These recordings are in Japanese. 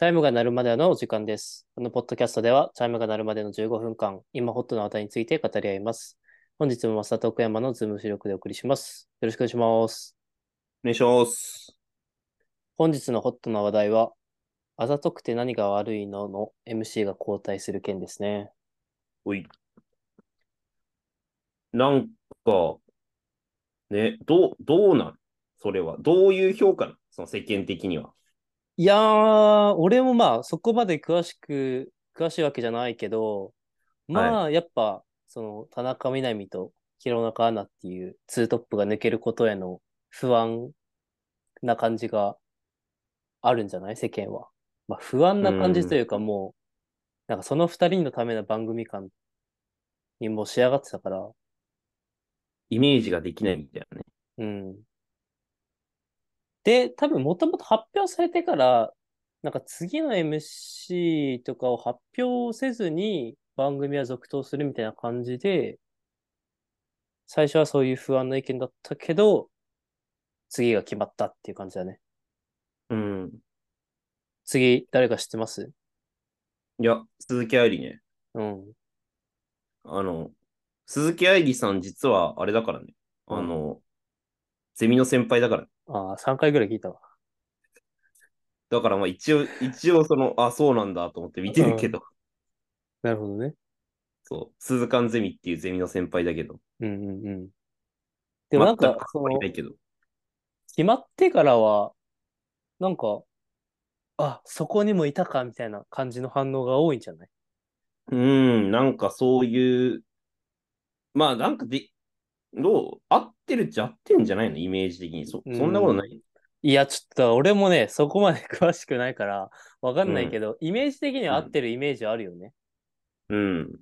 チャイムが鳴るまでのお時間です。このポッドキャストでは、チャイムが鳴るまでの15分間、今ホットな話題について語り合います。本日も増田と奥山のズーム収録でお送りします。よろしくお願いします。 お願いします。 本日のホットな話題は、あざとくて何が悪いの MC が交代する件ですね。 おい。なんか、ね、どうなんそれは。どういう評価なのその世間的には。 いやー、俺もまあ、そこまで詳しいわけじゃないけど、 はい。 まあ、やっぱ、田中みな実と弘中アナっていうツートップが抜けることへの不安な感じがあるんじゃない世間は。まあ、不安うな感じとん。 いうかもう、なんかその二人のための番組感にもう仕上がってたから、 イメージができないみたいなね。 うん。で、多分もともと発表されてから、なんか次の MC とかを発表せずに番組は続投するみたいな感じで、最初はそういう不安な意見だったけど、次が決まったっていう感じだね。 うん。 次、誰か知ってます？ いや、鈴木愛理ね。 うん。 あの、鈴木愛理さん実はあれだからね。 うん。 ゼミの先輩だから。 ああ、3回ぐらい聞いたわ。 だからまあ一応そうなんだと思って見てうん。 るけど。 なるほどね。 そう。鈴鹿ゼミっていうゼミの先輩だけど。 うんうんうん。でもなんか、 全く関わりないけど。 決まってからは、なんか、あ、そこにもいたか、みたいな感じの反応が多いんじゃない？ うん、なんかそういう、まあなんかどう合ってるっちゃ合ってるんじゃないのイメージ的に。 うそんなことなん。 い。 いや、ちょっと、俺もね、そこまで詳しくないから、わかうん。 んないけど、イメージ的には合っうん。 てるイメージはあるよね。 うん。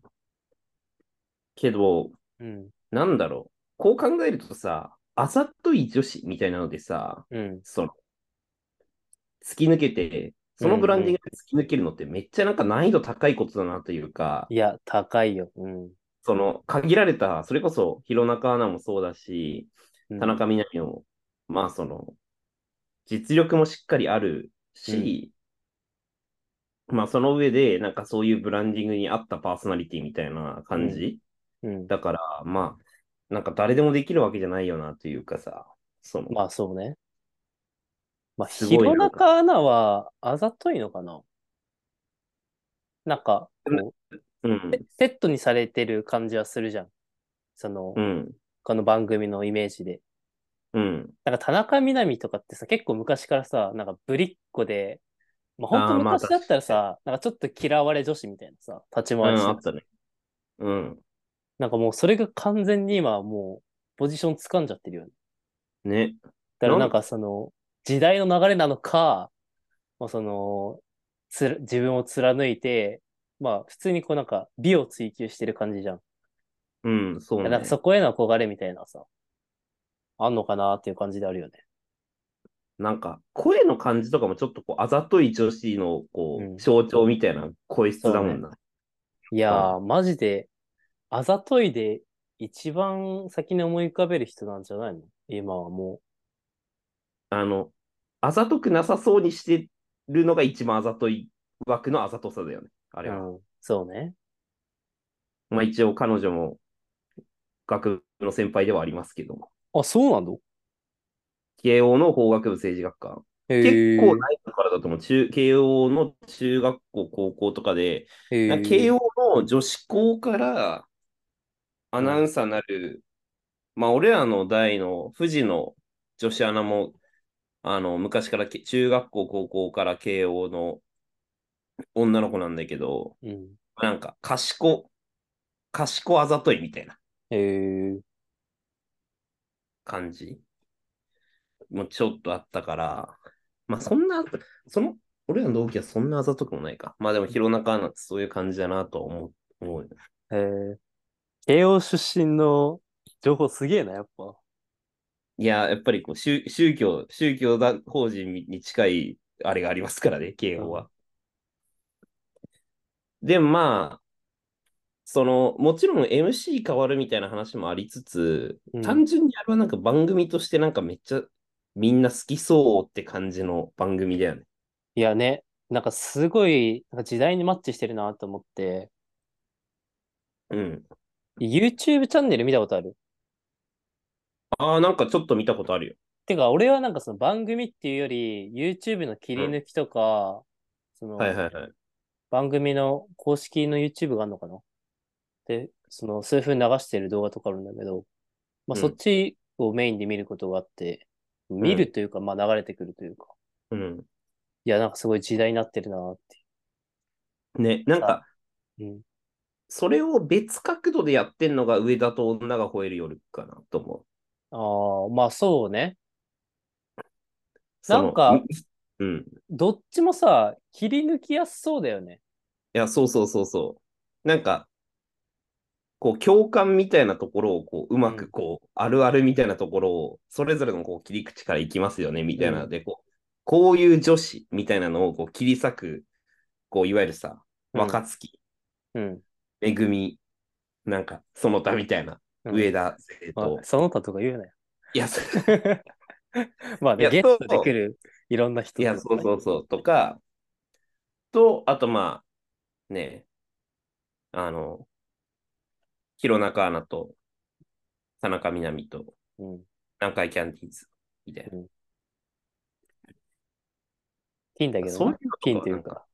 けど、 うん。 なんだろう。こう考えるとさ、あざとい女子みたいなのでさ、 うん。 その、突き抜けて、 うん。 そのブランうん。 ディングで突き抜けるのってめっちゃなんか難易度高いことだなというか、 いや、高いよ。うん。 限られた、それこそ弘中アナもそうだし、 うん。 田中みな実も、まあ実力もしっかりあるうん。 し、まあその上で、なんかそういうブランディングに合ったパーソナリティみたいなうん。 感じうん。 だから、まあ、なんか誰でもできるわけじゃないよなというかさ、 まあ、そうね。まあ、 すごい弘なんか、 中アナは、あざといのかな？なんか、こう、 うん、 セットにされてる感じはするじゃん。その、 うん、 この番組のイメージで。 うん。 なんか田中みな実とかってさ、結構昔からさ、なんかぶりっ子で、まあ本当ああ、まあ確昔だったらかに。 さ、なんかちょっと嫌われ女子みたいなさ、立ちうん、 回りしてた。 あったね。うん。 なんかもうそれが完全に今はもうポジション掴んじゃってるよね。 ね。なん、 だからなんか時代の流れなのか、まあ自分を貫いて、まあ普通にこうなんか美を追求してる感じじゃん。 うん、そうなんかそね。 こへの憧れみたいなさ、あんのかなっていう感じであるよね。 なんか、声の感じとかもちょっとあざとい女子の、 うん。 象徴みたいな声質そうね。 だもんな。 いやー、 うん。 マジで、あざといで一番先に思い浮かべる人なんじゃないの今はもあの、あざとくなさそうにしてるのが一番あざとい枠のあざとさだよね。あれう。 は。 うん。そうね。 まあ一応彼女も学部の先輩ではありますけども。 あ、そうなの？ 慶応の法学部政治学科。結構へえ、 ないからだと思う。慶応の中学校、高校とかで、 へえ、 慶応の女子校からアうん、 ナウンサーになる、まあ俺らの代の富士の女子アナも、昔から中学校、高校から慶応の女の子なんだけど、 うん、 なんか賢あざといみたいなへえ、 感じもちょっとあったから、まあそんな、その、俺らの同期はそんなあざとくもないか。まあでも弘中アナってそういう感じだなと思うよ。 へえ。慶応出身の情報すげえな、やっぱ。 いや、やっぱり宗教法人に近いあれがありますからね、慶うん、 応は。で、まあ、もちろん MC 変わるみたいな話もありつつ、 うん。 単純にあれはなんか番組としてなんかめっちゃみんな好きそうって感じの番組だよね。 いやね。 なんかすごい、なんか時代にマッチしてるなと思って、 うん。 YouTube チャンネル見たことある？ ああ、なんかちょっと見たことあるよ。 てか、俺はなんかその番組っていうより、YouTube の切うん。 り抜きとか、そのはいはいはい。 番組の公式の YouTube があるのかな？で、その数分流してる動画とかあるんだけど、まあそっうん。 ちをメインで見ることがあって、 うん。 見るというか、まあ流れてくるというか、 うん。 いや、なんかすごい時代になってるなって。 ね、なんさ、 か、 うん。 それを別角度でやってんのが上田と女が吠える夜かなと思う。 ああ、まあそうね。 その、 なんか、 うん。 どっちもさ、切り抜きやすそうだよね。 いや、そうそうそうそう。なんか、こう、共感みたいなところを、こう、うまく、 うん。 こう、あるあるみたいなところを、それぞれのこう切り口からいきますよね、みうん。 たいなので、こう、こういう女子みたいなのをこう切り裂く、こう、いわゆるさ、 うん。 若月、 うん。 めぐみ、なんか、その他みたいな、 うん。 上田生まあ、 徒。 その他とか言うなよ。 いや、 まあね、 いや、 ゲストで来るいろんないや、 人とかね。 そうそうそう、とか、と、あと、まあ、ね、あの、弘中アナと田中みな実とうん。 南海キャンディーズみたいうん。金だな。 けどな。 そういうのとかはなんか、 金というか。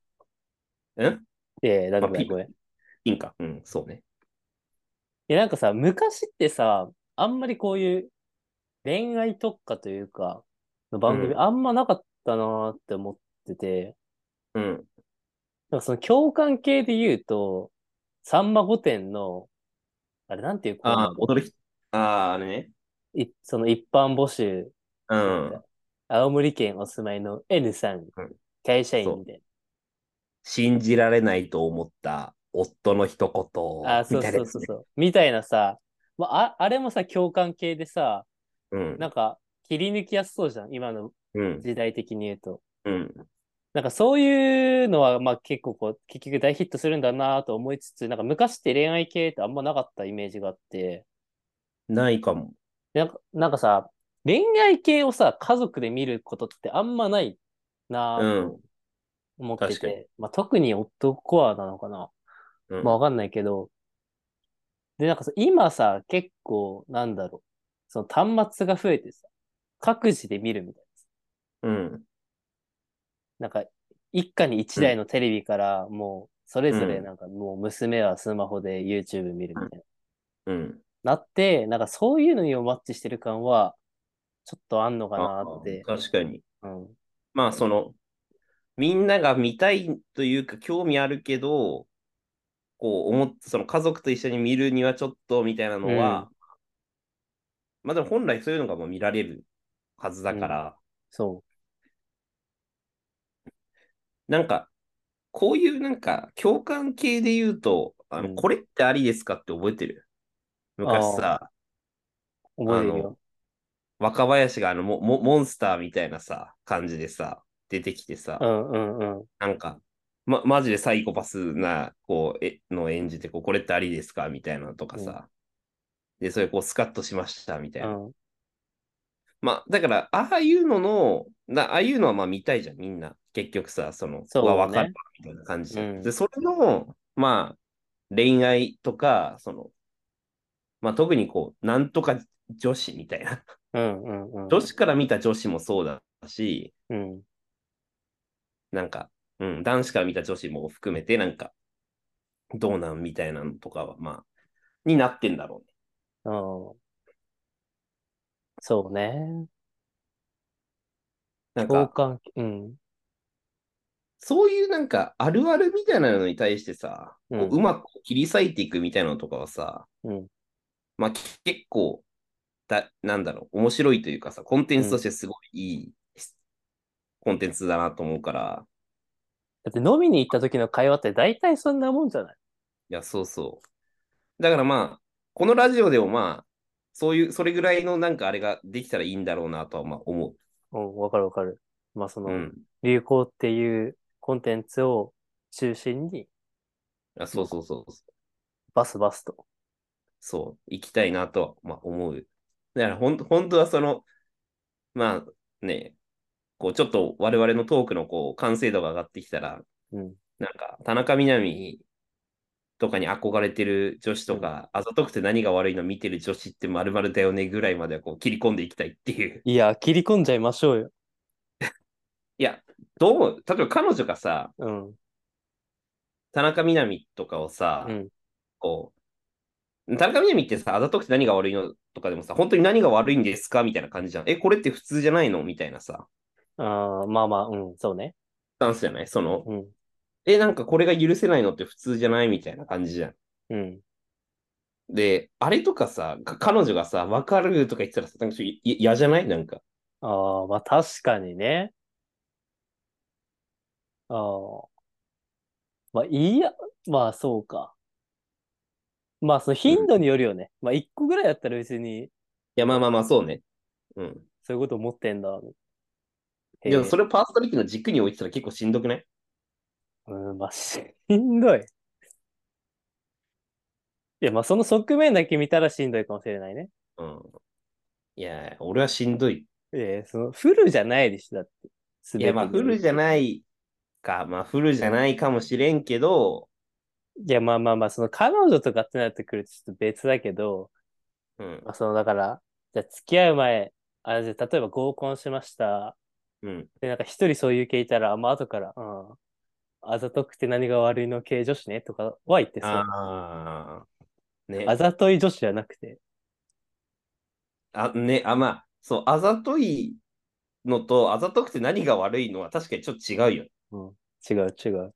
なんでまあ、 もない、ごめん。 ピンか。うん、そうね。 いや、なんかさ、昔ってさ、あんまりこういう恋愛特化というか、の番組うん、 あんまなかったなーって思ってて、 うん。 なんかその共感系で言うと、さんま御殿の、あれなんていうコーああ、 ナーだ？ あれね。 その一般募集、 うなんか、 ん、 青森県お住まいの N さん、 うん。 会社員そう。 みたい信じられないと思った夫の一な。あ、 言、みそうたいなやつね。 そうそうそう。みたいなさ、まあ、あれもさ、共感系でさ、 うん、 なんか、切り抜きやすそうじゃん、今のうん、 時代的に言うと。 うん。 なんかそういうのは、まあ結構こう、結局大ヒットするんだなと思いつつ、なんか昔って恋愛系ってあんまなかったイメージがあって、 ないかも。 なんかさ、恋愛系をさ、家族で見ることってあんまないうなとん、 思って確かに。 て、まあ特に男はなのかな。 うん、 まあわかんないけど、で、なんかさ、今さ、結構、なんだろう、その端末が増えてさ、各自で見るみたいうん、 な。なんか、一家に一うん、 台のテレビから、もう、それうん、 ぞれなんかもう娘はスマホで YouTube 見るみたいうん。 な。なって、なんかそういうのにもマッチしてる感は、ちょっとあんのかああ、 なって。 確かに。 うん。 まあ、みんなが見たいというか、興味あるけど、こう思って、その家族と一緒に見るにはちょっとみたいなうん。 のは、まあでも本来そういうのがもう見られるはずだうん。 から、 そなんか、こういうなんか共感系で言うと、 う。うん。 これってありですかって覚えてる？昔ああ、 さ、あの、 覚えてるよ。 若林がモンスターみたいなさ、感じでさ、出てきてさ、 うんうんうん。 なんか、マジでサイコパスな、こう、の演じて、これってありですかみたいなのとかうん。 さ、で、それこうスカッとしましたみたいな。 うん。 まあ、だから、ああいうのの、ああいうのはまあ見たいじゃん、みんな。結局さ、わかるそうね。 わみたいな感じじゃん。で、 うん。 それの、まあ、恋愛とか、まあ特にこう、なんとか女子みたいな。 うんうんうん。 女子から見た女子もそうだし、 うん。 なんか、うん、男子から見た女子も含めて、なんか、どうなんみたいなのとかは、まあ、になってんだろうね。 うん。そうね。 なんか、 共感、うん。 そういうなんか、あるあるみたいなのに対してさ、こう、ううん。 まく切り裂いていくみたいなのとかはさ、 うん。 まあ、結構、なんだろう、面白いというかさ、コンテンツとしうん。 てすごいいいコンテンツだなと思うから、 だって飲みに行った時の会話って大体そんなもんじゃない？ いや、そうそう。だからまあ、このラジオでもまあ、それぐらいのなんかあれができたらいいんだろうなとはまあ思うん、わかるわかる。まあそう。うの、 ん。 流行っていうコンテンツを中心に、 そまあ、 うそうそう。 バスバスと。 そう、行きたいなとはまあ思う。だから本当はまあね、 こう、ちょっと我々のトークのこう、完成度が上がってきたら、 うん。 なんか、田中みな実とかに憧れてる女子うん。 とか、あざとくて何が悪いの見てる女子って〇〇だよねぐらいまではこう切り込んでいきたいっていう。 いや、切り込んじゃいましょうよ。 いや、どう思う？例えば彼女がさ、 うん。 田中みな実とかをさ、 うん。 こ田中みな実ってさ、あざとくて何が悪いのとかでもさ、本当に何が悪いんですかみたいな感じじゃん。これって普通じゃないのみたいなさ、 ああ、まあまあ、うん、そうね。 スタンスじゃないその、 うん。 なんかこれが許せないのって普通じゃないみたいな感じじゃん。 うん。 で、あれとかさ、彼女がさ、わかるとか言ってたらさ、なんかちょっと嫌じゃないなんか。 ああ、まあ確かにね。ああ、まあいいや、まあそうか。まあそのうん。い頻度によるよね。まあ一個ぐらいやったら別に、 や、まあまあまあ、そうね。うん。 そういうこと思ってんだ。へでもそえ。 れをパーソナリティの軸に置いてたら結構しんどくない？ うん、まあしんどい。いや、まあその側面だけ見たらしんどいかもしれないね。 うん。いや、俺はしんどい。 そのフルじゃないでしょ、だって。すいや、まあ、 べてにフルじゃおいて。 ないか、まあ、フルじゃないかもしれんけど、 いや、まあまあまあ、その彼女とかってなってくるとちょっと別だけど、 うん、 まあそのだから、じゃあ付き合う前、じゃあ例えば合コンしました。 うん。 で、なんか一人そういう系いたら、まあ後から、あざとくて何が悪いの系女子ねとかは言ってそう。 ああ、ね。 あざとい女子じゃなくて。 まあ、そう、あざといのと、あざとくて何が悪いのは確かにちょっと違うよ。 うん。違う違う。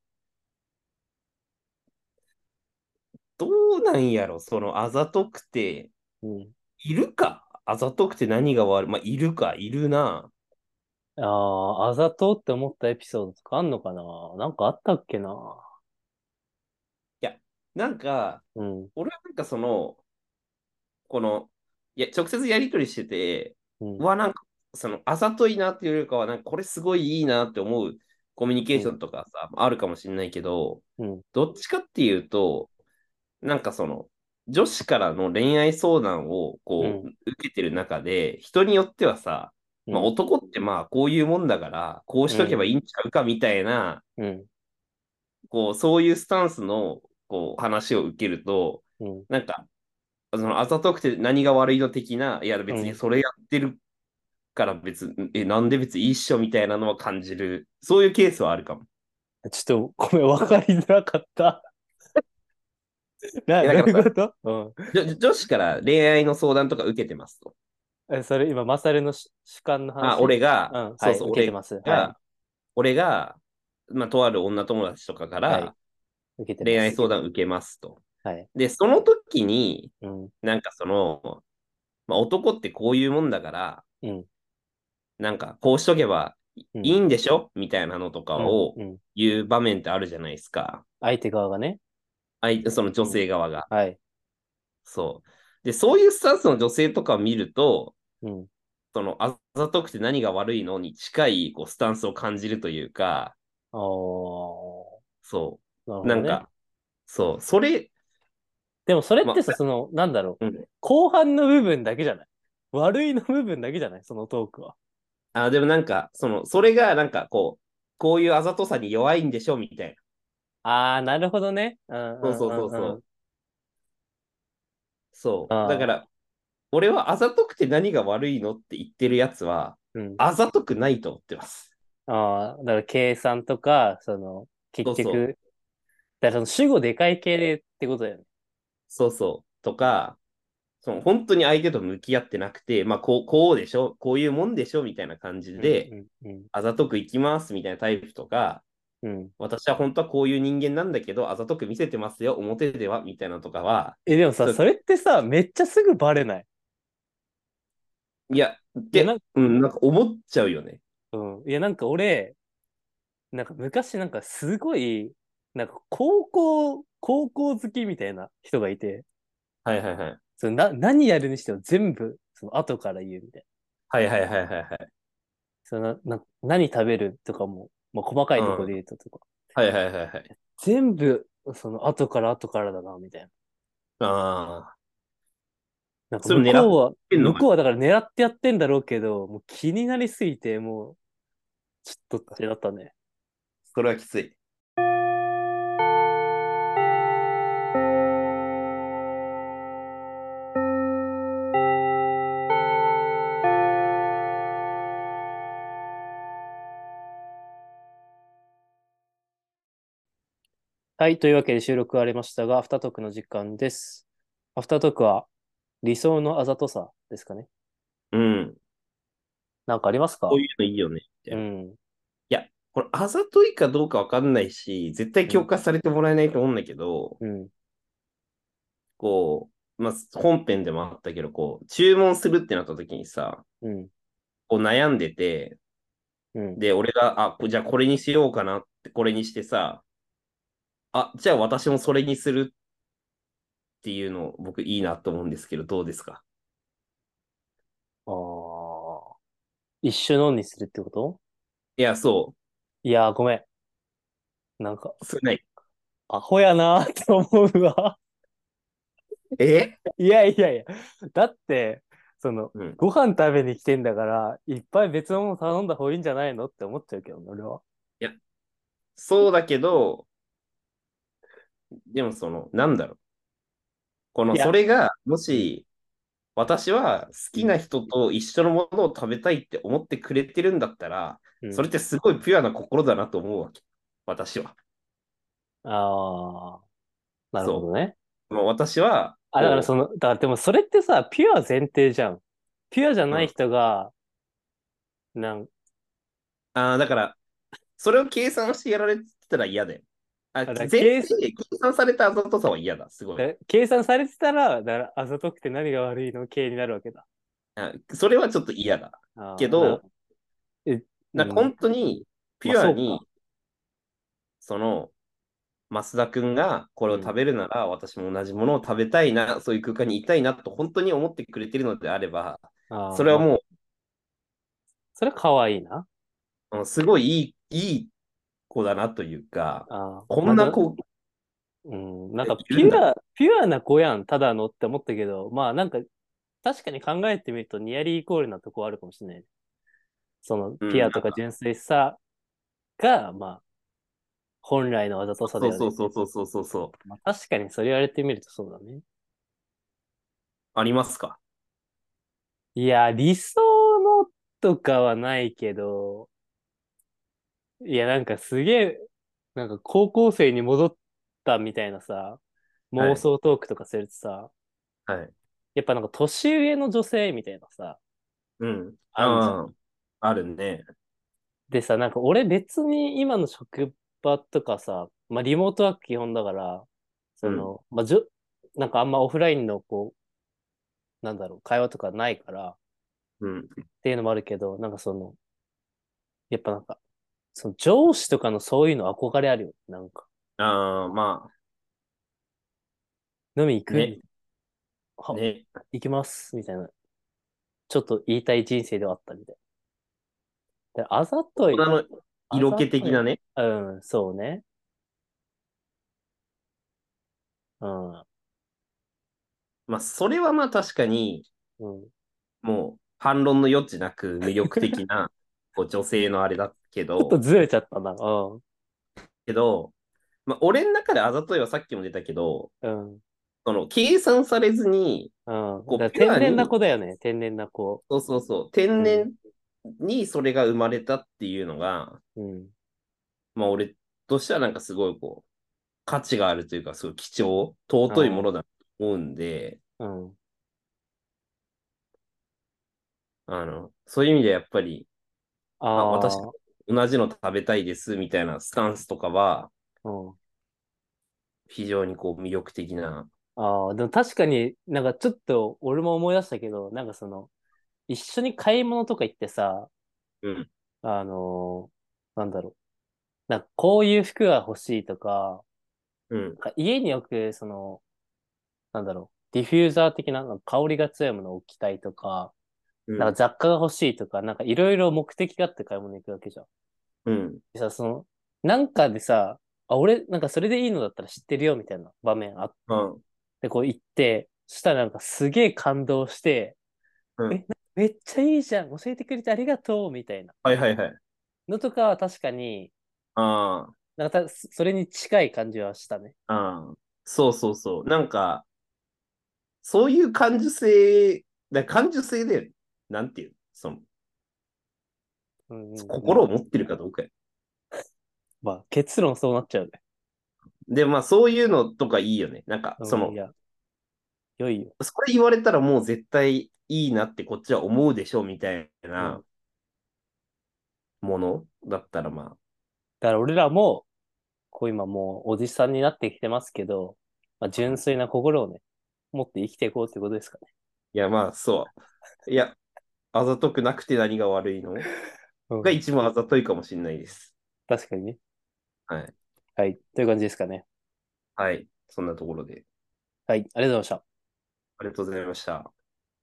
どうなんやろ、そのあざとくて、 うん。 いるかあざとくて何が悪い？まあ、いるか、いるな。 ああ、あざとって思ったエピソードとかあんのかな？なんかあったっけな？ いや、なんか、 うん。 俺はなんかその、この、いや、直接やりとりしてて、 うん。 なんか、その、あざといなっていうよりかは、なんか、これすごいいいなって思うコミュニケーショうん。 ンとかさ、あるかもしれないけど、 うん。 どっちかっていうと、なんかその、女子からの恋愛相談をこう、 うん。 受けてる中で、人によってはさ、まあ、 うん。 男ってまあ、こういうもんだから、こうしとけばいいんちゃうかみたいな、 うん。 こう、そういうスタンスの、こう、話を受けると、 うん。 なんか、そのあざとくて何が悪いの的な、いや別にうん。 それやってるから別に、なんで別にいいっしょみたいなのは感じる。そういうケースはあるかも。 ちょっと、ごめん、わかりづらかった。どうだからさ、 いうこと？うん。 女子から恋愛の相談とか受けてますと。 それ今、マサルの主観のあ、 話？ 俺が、 うん、はい、 そうそう、俺受けてます。はい、 が、俺が、まあ、とある女友達とかかはい、 ら受けてま恋愛す。 相談受けますと。 はい、 で、その時に、 うん、 なんかその、まあ、男ってこういうもんだから、 うん、 なんかこうしとけばいうん、 いんでしょみたいなのとかうん、 をうん。 言う場面ってあるじゃないですか。 相手側がね。 その女うん、 性側が。 はい、 そう。で、そういうスタンスの女性とかを見ると、 うん。 そのあざとくて何が悪いのに近いこうスタンスを感じるというか、 おー、 そなるう。 ほどね。 そう、それ、 でもそれっまてさ、その、なんだろう。 うん。 後半の部分だけじゃない？悪いの部分だけじゃないそのトークは。 でもなんか、それがなんかこういうあざとさに弱いんでしょみたいな。 あー、なるほどね。うんうそうそうそうんうんうん。 そう。そう。だかあー、 ら、俺はあざとくて何が悪いのって言ってるやつは、 うん。 あざとくないと思ってます。 ああ、だから計算とか、その、結そうそう。 局、だからその主語でかい系でってことだよね。 そうそう。とか、本当に相手と向き合ってなくて、まあ、こうでしょ、こういうもんでしょ、みたいな感じうんで、 うんうんあざとくいきますみたいなタイプとか、 うん。 私は本当はこういう人間なんだけど、あざとく見せてますよ、表では、みたいなのとかは、 でもさ、それってさ、めっちゃすぐバレない？ いや、 いや、 なんか思っちゃうよね。 うん。いや、なんか俺、なんか昔なんかすごい、なんか高校好きみたいな人がいて、 はいはいはい。 その何やるにしても全部、その後から言うみたいな。 はいはいはいはいはい。 その何食べるとかも、まあ、細かいところでうん。 言うととか、 はいはいはいはい。 全部、その後からだな、みたいな。 ああ。 なんかそれも狙っ向こうは、 てんのかな？ 向こうはだから狙ってやってんだろうけど、もう気になりすぎて、もう、 ちょっとってなったね。 それはきつい。 はい。というわけで収録終わりましたが、アフタートークの時間です。アフタートークは理想のあざとさですかね。 うん。 なんかありますか？ こういうのいいよね、みたいな。いうん。 や、これ、あざといかどうかわかんないし、絶対うん。 共感されてもらえないと思うんだけど、 うん。 まあ、本編でもあったけど、注文するってなった時にさ、 うん。 悩んでて、 うん。 で、俺が、じゃあこれにしようかなって、これにしてさ、じゃあ私もそれにするっていうの、僕いいなと思うんですけど、どうですか？ ああ。一緒のにするってこと？ いや、そいやー、ごめん。なんか、 う。少ない。 アホやなーって思うわ。 えいやいやいや。だって、 うん。 ご飯食べに来てんだから、いっぱい別のもの頼んだ方がいいんじゃないのって思っちゃうけどね、俺は。 いや、そうだけど、でもなんだろう。 いや、 それが、もし、私は好うん。 きな人と一緒のものを食べたいって思ってくれてるんだったら、 うん。 それってすごいピュアな心だなと思うわけ。私は。 ああ、なるほそどね。 う。私は、 あ、だからだからでもそれってさ、ピュア前提じゃん。ピュアじゃないうん。 人が、なん、 だから、それを計算してやられてたら嫌だよ。 あだ前提で計算されたあざとさは嫌だ。すごい。 計算されてたら、だからあざとくて何が悪いの系になるわけだ。 それはちょっと嫌だ。けああ、 ど、 え、うん。 本当にまあピュアそうか。 に、その、増田くんがこれを食うん。 べるなら、私も同じものを食べたいな、そういう空間にいたいなと本当に思ってくれてるのであれば、 ああ、まあ、 それはもそれ可愛いな。 すごいいい子だなというか、 ああ、 こまだ、 んな子うん、なんかいるんだな。 ピュアな子やん、ただのって思ったけど、まあなんか、確かに考えてみるとニアリーイコールなとこあるかもしれない。ピュうん、 アとか純粋さが、まあ、本来のあざとさだそうよね。 そうそうそうそうそうそう。 まあ確かにそれ言われてみるとそうだね。 ありますか？ いや、理想のとかはないけど、いや、なんかすげえ、なんか高校生に戻ったみたいなさ、妄はい。 想トークとかするとさ、 はい。 やっぱなんか年上の女性みたいなさ、 うん。 あんじゃん。 あるね。 でさ、なんか俺別に今の職場とかさ、まあリモートワーク基本だから、 うん。 まあなんかあんまオフラインのなんだろう、会話とかないからっうん。 ていうのもあるけど、なんかやっぱなんか、その上司とかのそういうの憧れあるよ。なんか、 ま飲み行あ、ね。 くみたいな。 ね。 行きます。みたいな。ちょっと言いたい人生ではあったみたいな。で、あざとい。 大人のあ色気ざとい。 的なね。 うん、そうね。うん。 まあ、それはまあ確かに、 うん。 もう反論の余地なく魅力的な女性のあれだちょっとずれちゃったな。うん。 けど、まあ、俺の中であざといはさっきも出たけど、 うん。 計算されずに、 うん。だからピュ天然なアに、 子だよね。天然な子。 そうそうそう、 うん。 天然にそれが生まれたっていうのが、 うん。 まあ俺としてはなんかすごい価値があるというか、すごい貴重、尊いもうん。 のだと思うんで、 うん。 そういう意味でやっぱり、私ああ。 同じの食べたいですみたいなスタンスとかは、 うん。 非常に魅力的な。 ああ。でも確かになんかちょっと俺も思い出したけど、なんか一緒に買い物とか行ってさ、 うん、 あのなんだろう。なんかこういう服が欲しいとか、 うん、 なんか家によくなんだろう。ディフューザー的な、なんか香りが強いものを置きたいとか、 うん、 なんか雑貨が欲しいとか、なんかいろいろ目的があって買い物行くわけじゃん。 うん、 でさ、なんかでさ、俺、なんかそれでいいのだったら知ってるよみたいな場面あっうん、 て、こう行って、そしたらなんかすげえ感動して、 うん。 めっちゃいいじゃん教えてくれてありがとうみたいな。 はいはいはい。 のとかは確かに、 あなんかそれに近い感じはしたね。 あ、ああ、そうそうそう。なんか、そういう感受性、感受性だよね。なんていうのうんうんうん。 心を持ってるかどうかや。 まあ、結論そうなっちゃうね。 で、まあ、そういうのとかいいよね。 うん、いや、良いよ。 それ言われたらもう絶対いいなってこっちは思うでしょうみたいうん。 なものだったらまだから俺らも、こう今もうおじさんになってきてますけど、まあ、 あ、 純粋な心をね、持って生きていこうってことですかね。 いや、まあ、そう。いや、あざとくなくて何が悪いのがうん。 一番あざといかもしれないです。 確かにね。 はい。 はい。という感じですかね。 はい。そんなところで。 はい。ありがとうございました。 ありがとうございました。